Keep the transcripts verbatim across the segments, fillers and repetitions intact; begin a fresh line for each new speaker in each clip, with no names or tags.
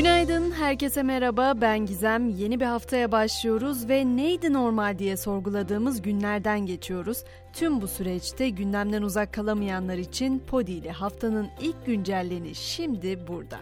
Günaydın, herkese merhaba. Ben Gizem. Yeni bir haftaya başlıyoruz ve neydi normal diye sorguladığımız günlerden geçiyoruz. Tüm bu süreçte gündemden uzak kalamayanlar için Podi ile haftanın ilk güncelleni şimdi burada.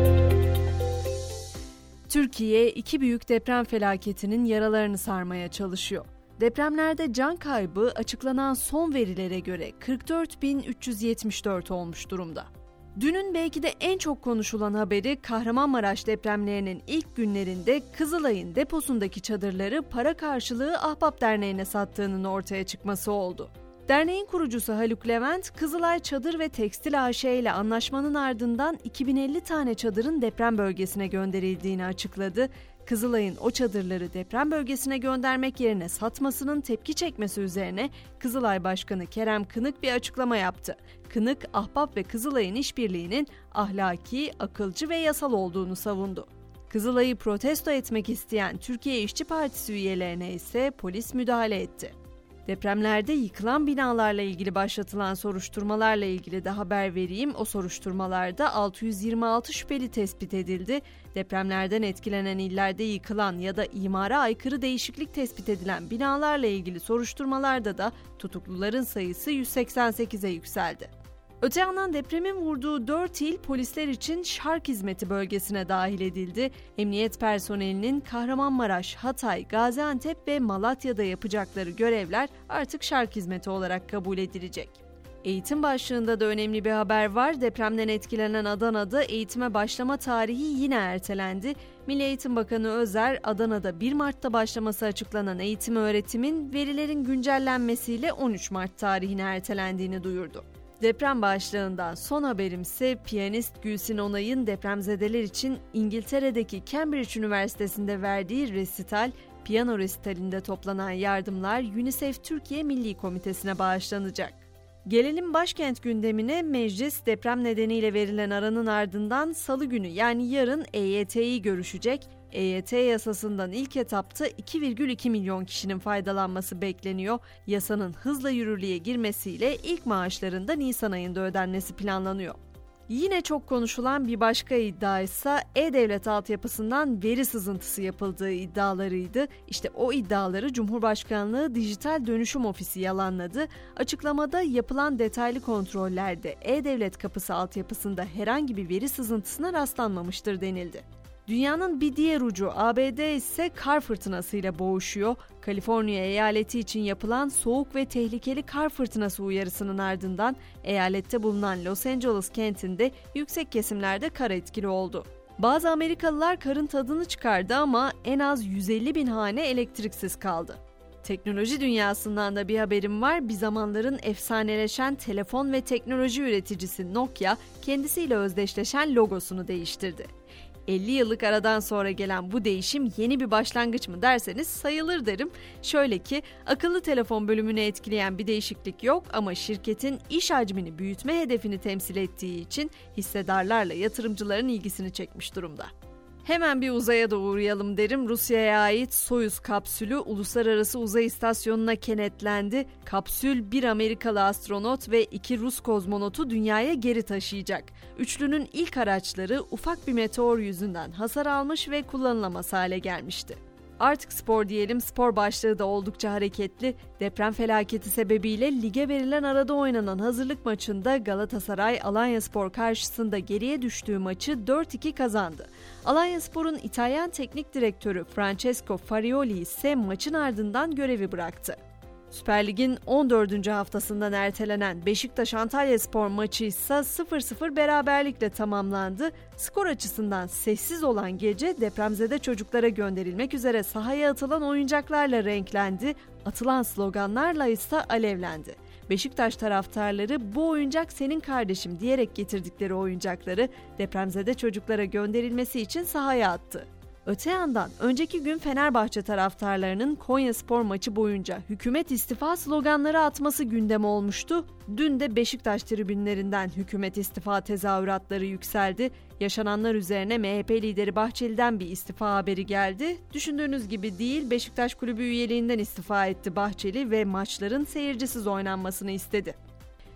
Türkiye, iki büyük deprem felaketinin yaralarını sarmaya çalışıyor. Depremlerde can kaybı açıklanan son verilere göre kırk dört bin üç yüz yetmiş dört olmuş durumda. Dünün belki de en çok konuşulan haberi Kahramanmaraş depremlerinin ilk günlerinde Kızılay'ın deposundaki çadırları para karşılığı Ahbap Derneği'ne sattığının ortaya çıkması oldu. Derneğin kurucusu Haluk Levent, Kızılay Çadır ve Tekstil A Ş ile anlaşmanın ardından iki bin elli tane çadırın deprem bölgesine gönderildiğini açıkladı. Kızılay'ın o çadırları deprem bölgesine göndermek yerine satmasının tepki çekmesi üzerine Kızılay Başkanı Kerem Kınık bir açıklama yaptı. Kınık, Ahbap ve Kızılay'ın işbirliğinin ahlaki, akılcı ve yasal olduğunu savundu. Kızılay'ı protesto etmek isteyen Türkiye İşçi Partisi üyelerine ise polis müdahale etti. Depremlerde yıkılan binalarla ilgili başlatılan soruşturmalarla ilgili de haber vereyim. O soruşturmalarda altı yüz yirmi altı şüpheli tespit edildi. Depremlerden etkilenen illerde yıkılan ya da imara aykırı değişiklik tespit edilen binalarla ilgili soruşturmalarda da tutukluların sayısı yüz seksen sekize yükseldi. Öte yandan depremin vurduğu dört il polisler için şark hizmeti bölgesine dahil edildi. Emniyet personelinin Kahramanmaraş, Hatay, Gaziantep ve Malatya'da yapacakları görevler artık şark hizmeti olarak kabul edilecek. Eğitim başlığında da önemli bir haber var. Depremden etkilenen Adana'da eğitime başlama tarihi yine ertelendi. Milli Eğitim Bakanı Özer, Adana'da bir Mart'ta başlaması açıklanan eğitim öğretimin verilerin güncellenmesiyle on üç Mart tarihine ertelendiğini duyurdu. Deprem başlığından son haberimse piyanist Gülsin Onay'ın depremzedeler için İngiltere'deki Cambridge Üniversitesi'nde verdiği resital, piyano resitalinde toplanan yardımlar UNICEF Türkiye Milli Komitesi'ne bağışlanacak. Gelelim başkent gündemine. Meclis deprem nedeniyle verilen aranın ardından salı günü yani yarın E Y T'yi görüşecek. E Y T yasasından ilk etapta iki virgül iki milyon kişinin faydalanması bekleniyor. Yasanın hızla yürürlüğe girmesiyle ilk maaşların da Nisan ayında ödenmesi planlanıyor. Yine çok konuşulan bir başka iddia ise E-Devlet altyapısından veri sızıntısı yapıldığı iddialarıydı. İşte o iddiaları Cumhurbaşkanlığı Dijital Dönüşüm Ofisi yalanladı. Açıklamada yapılan detaylı kontrollerde E-Devlet kapısı altyapısında herhangi bir veri sızıntısına rastlanmamıştır denildi. Dünyanın bir diğer ucu A B D ise kar fırtınasıyla boğuşuyor. Kaliforniya eyaleti için yapılan soğuk ve tehlikeli kar fırtınası uyarısının ardından eyalette bulunan Los Angeles kentinde yüksek kesimlerde kar etkili oldu. Bazı Amerikalılar karın tadını çıkardı ama en az yüz elli bin hane elektriksiz kaldı. Teknoloji dünyasından da bir haberim var. Bir zamanların efsaneleşen telefon ve teknoloji üreticisi Nokia kendisiyle özdeşleşen logosunu değiştirdi. elli yıllık aradan sonra gelen bu değişim yeni bir başlangıç mı derseniz sayılır derim. Şöyle ki akıllı telefon bölümünü etkileyen bir değişiklik yok ama şirketin iş hacmini büyütme hedefini temsil ettiği için hissedarlarla yatırımcıların ilgisini çekmiş durumda. Hemen bir uzaya da uğrayalım derim. Rusya'ya ait Soyuz kapsülü Uluslararası Uzay İstasyonu'na kenetlendi. Kapsül bir Amerikalı astronot ve iki Rus kozmonotu dünyaya geri taşıyacak. Üçlünün ilk araçları ufak bir meteor yüzünden hasar almış ve kullanılamaz hale gelmişti. Artık spor diyelim, spor başlığı da oldukça hareketli. Deprem felaketi sebebiyle lige verilen arada oynanan hazırlık maçında Galatasaray Alanyaspor karşısında geriye düştüğü maçı dört iki kazandı. Alanyaspor'un İtalyan teknik direktörü Francesco Farioli ise maçın ardından görevi bıraktı. Süper Lig'in on dördüncü haftasından ertelenen Beşiktaş-Antalyaspor maçı ise sıfır sıfır beraberlikle tamamlandı. Skor açısından sessiz olan gece depremzede çocuklara gönderilmek üzere sahaya atılan oyuncaklarla renklendi, atılan sloganlarla ise alevlendi. Beşiktaş taraftarları bu oyuncak senin kardeşim diyerek getirdikleri oyuncakları depremzede çocuklara gönderilmesi için sahaya attı. Öte yandan önceki gün Fenerbahçe taraftarlarının Konyaspor maçı boyunca hükümet istifa sloganları atması gündem olmuştu. Dün de Beşiktaş tribünlerinden hükümet istifa tezahüratları yükseldi. Yaşananlar üzerine M H P lideri Bahçeli'den bir istifa haberi geldi. Düşündüğünüz gibi değil, Beşiktaş kulübü üyeliğinden istifa etti Bahçeli ve maçların seyircisiz oynanmasını istedi.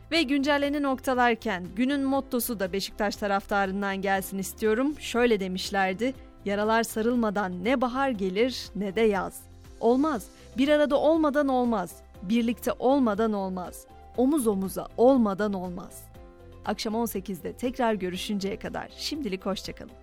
Ve güncelleni noktalarken günün mottosu da Beşiktaş taraftarından gelsin istiyorum. Şöyle demişlerdi: yaralar sarılmadan ne bahar gelir ne de yaz. Olmaz, bir arada olmadan olmaz, birlikte olmadan olmaz, omuz omuza olmadan olmaz. Akşam on sekizde tekrar görüşünceye kadar şimdilik hoşça kalın.